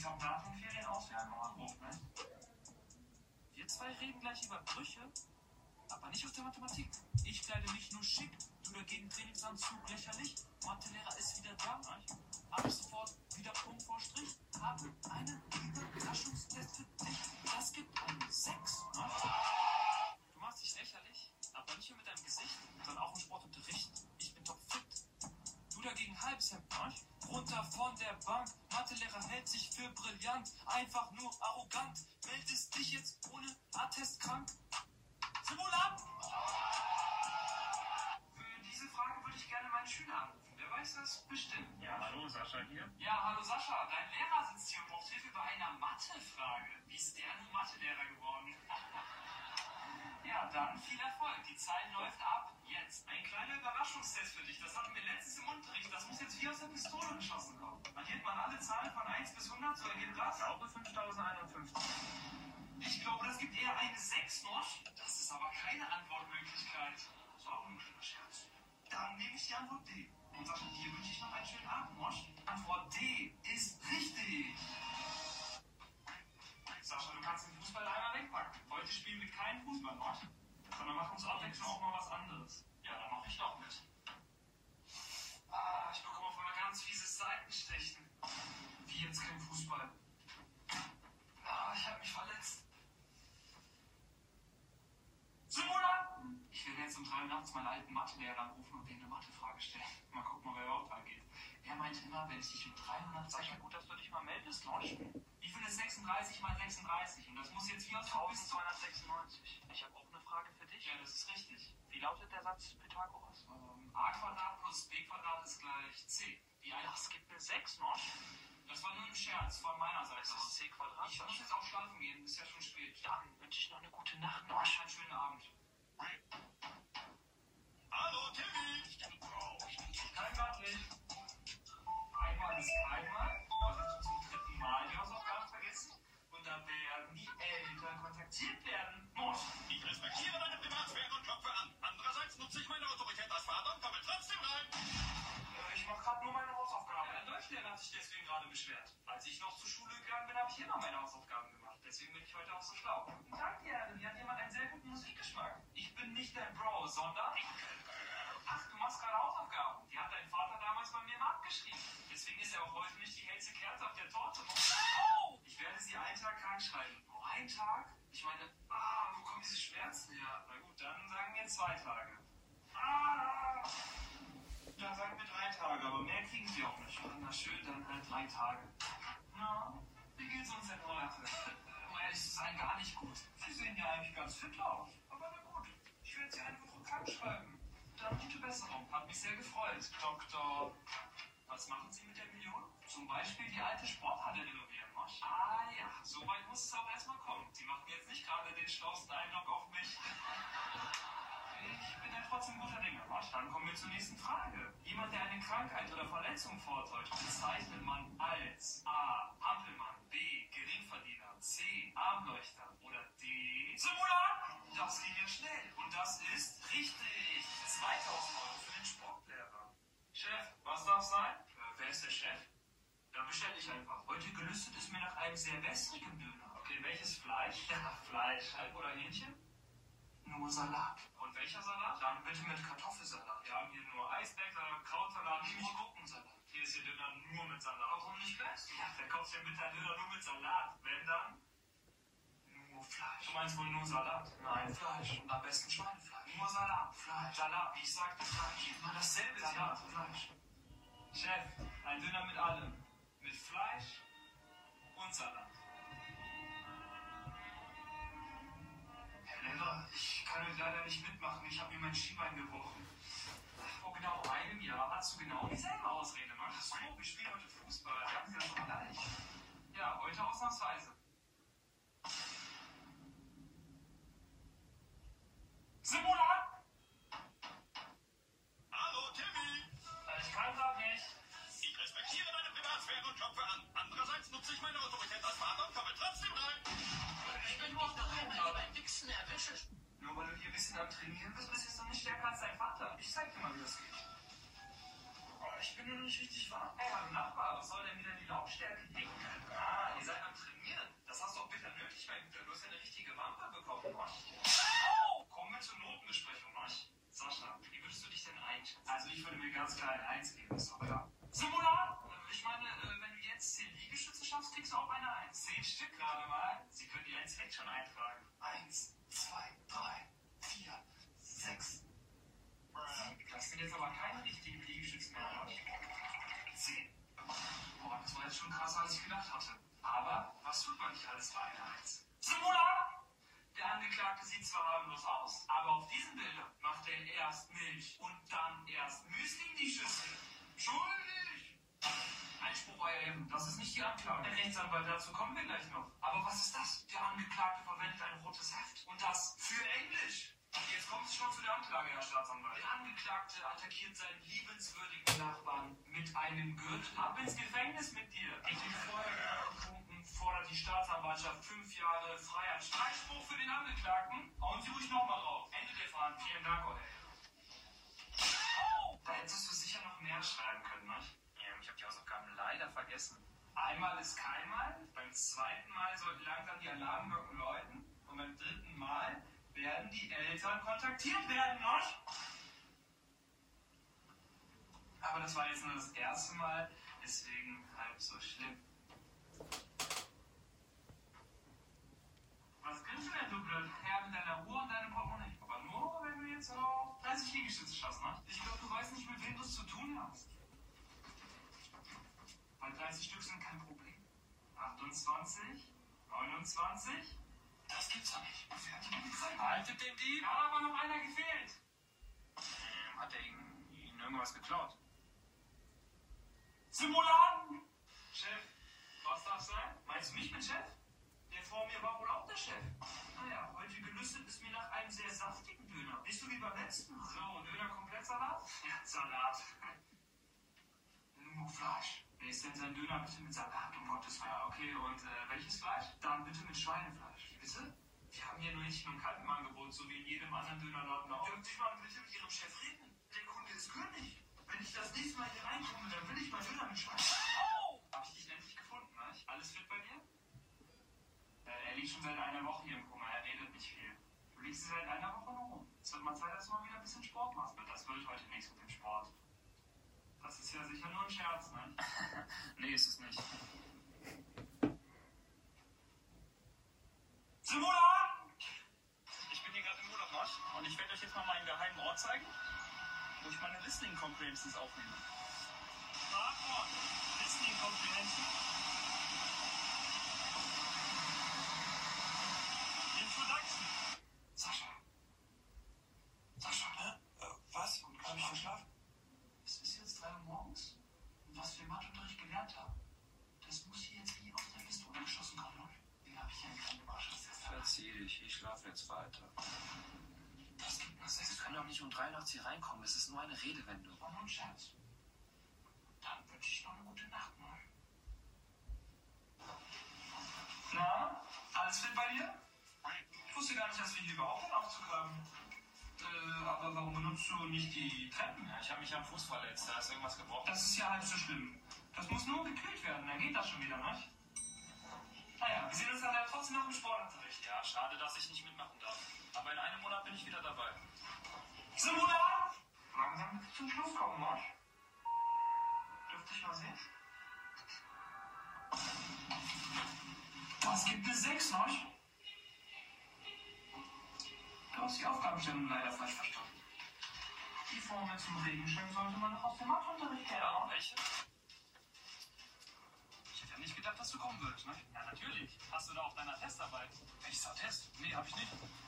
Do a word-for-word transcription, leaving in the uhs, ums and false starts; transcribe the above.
vom Datum Ferien auswerten oder Ruf, ne? Wir zwei reden gleich über Brüche, aber nicht aus der Mathematik. Ich kleide mich nur schick, du dagegen Trainingsanzug lächerlich. Mathelehrer ist wieder da, ne? Ab sofort wieder Punkt vor Strich. Habe einen Überraschungstest für dich. Das gibt eine sechs, ne? Du machst dich lächerlich, aber nicht nur mit deinem Gesicht, sondern auch im Sportunterricht. Ich bin top fit. Du dagegen Halbshemd, ne? Runter von der Bank. Mathelehrer hält sich für brillant. Einfach nur arrogant. Meldest dich jetzt ohne Attest krank? Simulant! Für diese Frage würde ich gerne meinen Schüler anrufen. Wer weiß das bestimmt. Ja, hallo, Sascha hier. Ja, hallo Sascha. Dein Lehrer sitzt hier und braucht Hilfe bei einer Mathefrage. Wie ist der nun Mathelehrer geworden? Ja, dann viel Erfolg. Die Zeit läuft ab. Jetzt. Ein kleiner Überraschungstest für dich. Das hatten wir letztens im Unterricht. Das muss jetzt wie aus der Pistole geschossen kommen. Addiert man alle Zahlen von eins bis hundert, so ergibt das? Ich glaube fünftausendeinundfünfzig. Ich glaube, das gibt eher eine sechs noch. Das ist aber keine Antwortmöglichkeit. Das war auch ein schöner Scherz. Dann nehme ich die Antwort D. Und Sascha, dir wünsche ich noch einen schönen Abend, Mosch. Antwort D ist richtig. Sascha, du kannst den Fußball einmal wegpacken. Heute spielen wir keinen Fußball, Mosch. Sondern machen uns abwechselnd auch mal was anderes. Ja, dann mache ich doch mit. Ah, ich bekomme auf einmal ganz fieses Seitenstechen. Wie jetzt kein Fußball? Ah, ich habe mich verletzt. Simulanten! Ich will jetzt um drei Uhr nachts meinen alten Mathelehrer anrufen und denen eine Mathefrage stellen. Mal gucken, ob er überhaupt angeht. Er meinte immer, wenn ich dich um drei Uhr nachts... Sascha, gut, dass du dich mal meldest, Losch. Wie viel ist sechsunddreißig mal sechsunddreißig? Und das muss jetzt wie aus eintausendzweihundertsechsundneunzig. Ich habe auch eine Frage für dich. Ja, das ist richtig. Wie lautet der Satz Pythagoras? Ähm, a Quadrat plus b Quadrat ist gleich c. Wie ein... Das gibt eine sechs, Nosch. Das war nur ein Scherz von meiner Seite Das aus. ist c Quadrat. Ich muss jetzt auch schlafen gehen, ist ja schon spät. Dann wünsche ich noch eine gute Nacht, Noch Nosch. einen schönen Abend. Hallo, Timmy! Kein Grad nicht. Einmal ist keinmal. Heute hast du zum dritten Mal die Hausaufgaben vergessen. Und da werden die Eltern kontaktiert werden. Mosch. Ich respektiere deine Privatsphäre und klopfe an. Andererseits nutze ich meine Autorität als Vater und komme trotzdem rein. Äh, ich mache gerade nur meine Hausaufgaben. Der Deutschlehrer hat sich deswegen gerade beschwert. Als ich noch zur Schule gegangen bin, habe ich immer meine Hausaufgaben gemacht. Deswegen bin ich heute auch so schlau. Guten Tag, die Herren. Hier hat jemand einen sehr guten Musikgeschmack. Ich bin nicht dein Bro, sondern... Ach, du machst gerade Hausaufgaben. Die hat dein Vater damals bei mir mal abgeschrieben. Deswegen ist er auch heute nicht die hellste Kerze auf der Torte. Oh! Ich werde sie einen Tag krank schreiben. Nur einen Tag? Ich meine, ah, wo kommen diese Schmerzen her? Na gut, dann sagen wir zwei Tage. Ah! Dann sagen wir drei Tage, aber mehr kriegen sie auch nicht. Na schön, dann halt drei Tage. Na, wie geht's uns denn heute? Um ehrlich zu sein, gar nicht gut. Sie sehen ja eigentlich ganz fit aus. Aber na gut, ich werde sie eine Woche krank schreiben. Dann gute Besserung. Hat mich sehr gefreut. Doktor, was machen Sie mit der Million? Zum Beispiel die alte Sporthalle renovieren, Mosch. Ah ja, so weit muss es auch erstmal kommen. Sie machen jetzt nicht gerade den schlauesten Eindruck auf mich. Ich bin ja trotzdem guter Dinge, Mosch. Dann kommen wir zur nächsten Frage. Jemand, der eine Krankheit oder Verletzung vortäuscht, bezeichnet man als A. Hampelmann, B. Geringverdiener, C. Armleuchter oder D. Simulant! Das ging ja schnell. Und das ist richtig. zweitausend Euro für den Sportlehrer. Chef, was darf sein? Äh, wer ist der Chef? Da bestelle ich einfach. Heute gelüstet ist mir nach einem sehr wässrigen Döner. Okay, welches Fleisch? Ja, Fleisch. Kalb oder Hähnchen? Nur Salat. Und welcher Salat? Dann bitte mit Kartoffelsalat. Wir haben hier nur Eisbergsalat, Krautsalat, nur Gurkensalat. Hier ist der Döner nur mit Salat. Warum nicht Fleisch? Ja, wer kauft denn bitte einen Döner nur mit Salat? Wenn dann? Nur Fleisch. Du meinst wohl nur Salat? Nein, Fleisch. Und am besten Schweinefleisch. Nur Salat. Fleisch. Salat. Wie ich sagte, Fleisch. Immer dasselbe. Salat. Fleisch. Chef, ein Döner mit allem. Mit Fleisch und Salat. Herr Lehrer, ich kann heute leider nicht mitmachen. Ich habe mir mein Schienbein gebrochen. Vor genau einem Jahr hast du genau dieselbe Ausrede, Mann. Ach so, wir spielen heute Fußball. Ganz, ganz leicht. Ja, heute ausnahmsweise. Simulant! Hallo, Timmy! Ich kann grad nicht. Ich respektiere deine Privatsphäre und klopfe an. Andererseits nutze ich meine Autorität als Vater und komme trotzdem rein. Ich bin nur auf der Heimgabe. Beim Wichsen erwischst. Nur weil du hier ein bisschen am Trainieren bist, bist du noch nicht stärker als dein Vater. Ich zeig dir mal, wie das geht. Oh, ich bin nur nicht richtig warm. Hey, hallo Nachbar, was soll denn wieder die Lautstärke dicken? Ah, ihr seid am Trainieren. Das hast du auch bitter nötig, mein Guter. Du hast ja eine richtige Wampe bekommen, oh. Kommen wir zur Notenbesprechung, Mosch. Sascha, wie würdest du dich denn einschätzen? Also ich würde mir ganz klar ein Eins geben, ist doch klar. Simula! Ich meine, wenn du jetzt zehn Liegestütze schaffst, kriegst du auch eine Eins. Zehn Stück gerade mal. Sie können die Eins direkt schon eintragen. Eins, zwei, drei, vier, sechs. Das sind jetzt aber keine richtigen Liegestützen mehr, Mosch. Zehn. Boah, das war jetzt schon krasser, als ich gedacht hatte. Aber was tut man nicht alles für eine Eins? Simula! Der Angeklagte sieht zwar harmlos aus, aber auf diesen Bildern macht er erst Milch und dann erst Müsli in die Schüssel. Schuldig! Einspruch erheben, das ist nicht die Anklage. Der Rechtsanwalt, dazu kommen wir gleich noch. Aber was ist das? Der Angeklagte verwendet ein rotes Heft. Und das für Englisch. Jetzt kommt es schon zu der Anklage, Herr Staatsanwalt. Der Angeklagte attackiert seinen liebenswürdigen Nachbarn mit einem Gürtel. Ab ins Gefängnis mit dir. Mit den vorhergehenden Punkten fordert die Staatsanwaltschaft fünf Jahre Freiheit. Freispruch für den Angeklagten. Hauen Sie ruhig nochmal drauf. Ende der Verhandlung. Vielen Dank, O'Hare. Da hättest du sicher noch mehr schreiben können, ne? Ja, ich habe die Hausaufgaben leider vergessen. Einmal ist keinmal. Beim zweiten Mal sollten langsam die Alarmglocken läuten. Und beim dritten Mal werden die Eltern kontaktiert werden, ne? Aber das war jetzt nur das erste Mal, deswegen halb so schlimm. Was grinst du denn so blöd? Her mit deiner Uhr und deinem Portemonnaie. Aber nur, wenn du jetzt auch dreißig Liegestütze schaffst, ne? Ich glaube, du weißt nicht, mit wem du es zu tun hast. Weil dreißig Stück sind kein Problem. achtundzwanzig, neunundzwanzig. Das gibt's doch nicht. Wer hat die denn gesagt? Haltet den Dieb! Ja, aber noch einer gefehlt. Ähm, hat er Ihnen, Ihnen irgendwas geklaut? Simulan! Chef, was darf sein? Meinst du mich mit Chef? Der vor mir war wohl auch der Chef. Naja, heute gelüstet ist mir nach einem sehr saftigen Döner. Nicht so wie beim letzten Mal. So, Döner Komplettsalat? Ja, Salat. Nur Fleisch. Wer ist denn sein Döner bitte mit Salat, um Gottes Willen? Ja, okay, und äh, welches Fleisch? Dann bitte mit Schweinefleisch. Wie bitte? Wir haben hier nur Hähnchen und Kalb im Angebot, so wie in jedem anderen Dönerladen auch. Dürfen Sie mal bitte mit Ihrem Chef reden? Der Kunde ist König. Wenn ich das nächste Mal hier reinkomme, dann will ich mal Döner mit Schwein. Oh! Hab ich dich endlich gefunden, ne? Alles fit bei dir? Äh, er liegt schon seit einer Woche hier im Koma, er redet nicht viel. Du liegst hier seit einer Woche nur rum. Es wird mal Zeit, dass du mal wieder ein bisschen Sport machst. Aber das wird heute nichts mit dem Sport. Das ist ja sicher nur ein Scherz, ne? Nee, ist es nicht. Simula! Ich bin hier gerade im Urlaub, Mosch. Und ich werde euch jetzt mal meinen geheimen Ort zeigen, wo ich meine Listening Comprehensions aufnehme. Markort! Listening Comprehension. Introduction. Sascha. Sascha. Hä? Äh, was? Hab ich verschlafen? Es ist jetzt drei Uhr morgens. Und was wir im Matheunterricht gelernt haben, das muss hier jetzt wie aus der Pistole geschossen kommen, oder? Den habe ich ja nicht angewaschen. Verzieh dich, ich schlafe jetzt weiter. Das gibt mir sechs. Wir können doch nicht um drei nachts hier reinkommen. Es ist nur eine Redewendung. War nur ein Scherz. Dann wünsche ich noch eine gute Nacht, mal. Na, alles fit bei dir? Ich wusste gar nicht, dass wir hier überhaupt einen Aufzug haben. Äh, aber warum benutzt du nicht die Treppen? Ja, ich habe mich am Fuß verletzt. Da ist irgendwas gebrochen. Das ist ja halb so schlimm. Das muss nur gekühlt werden. Dann geht das schon wieder, ne? Naja, wir sehen uns dann ja trotzdem nach dem Sportunterricht. Ja, schade, dass ich nicht mitmachen darf. Aber in einem Monat bin ich wieder dabei. Simula! Langsam bitte zum Schluss kommen, Mosch. Dürfte ich mal sehen? Das gibt eine sechs, Mosch. Du hast die Aufgabenstellung leider falsch verstanden. Die Formel zum Regenschirm sollte man noch aus dem Matheunterricht kennen. Ja, welche? Ich hätte ja nicht gedacht, dass du kommen würdest, ne? Ja, natürlich. Hast du da auch deiner Testarbeit? Welcher Test? Nee, hab ich nicht.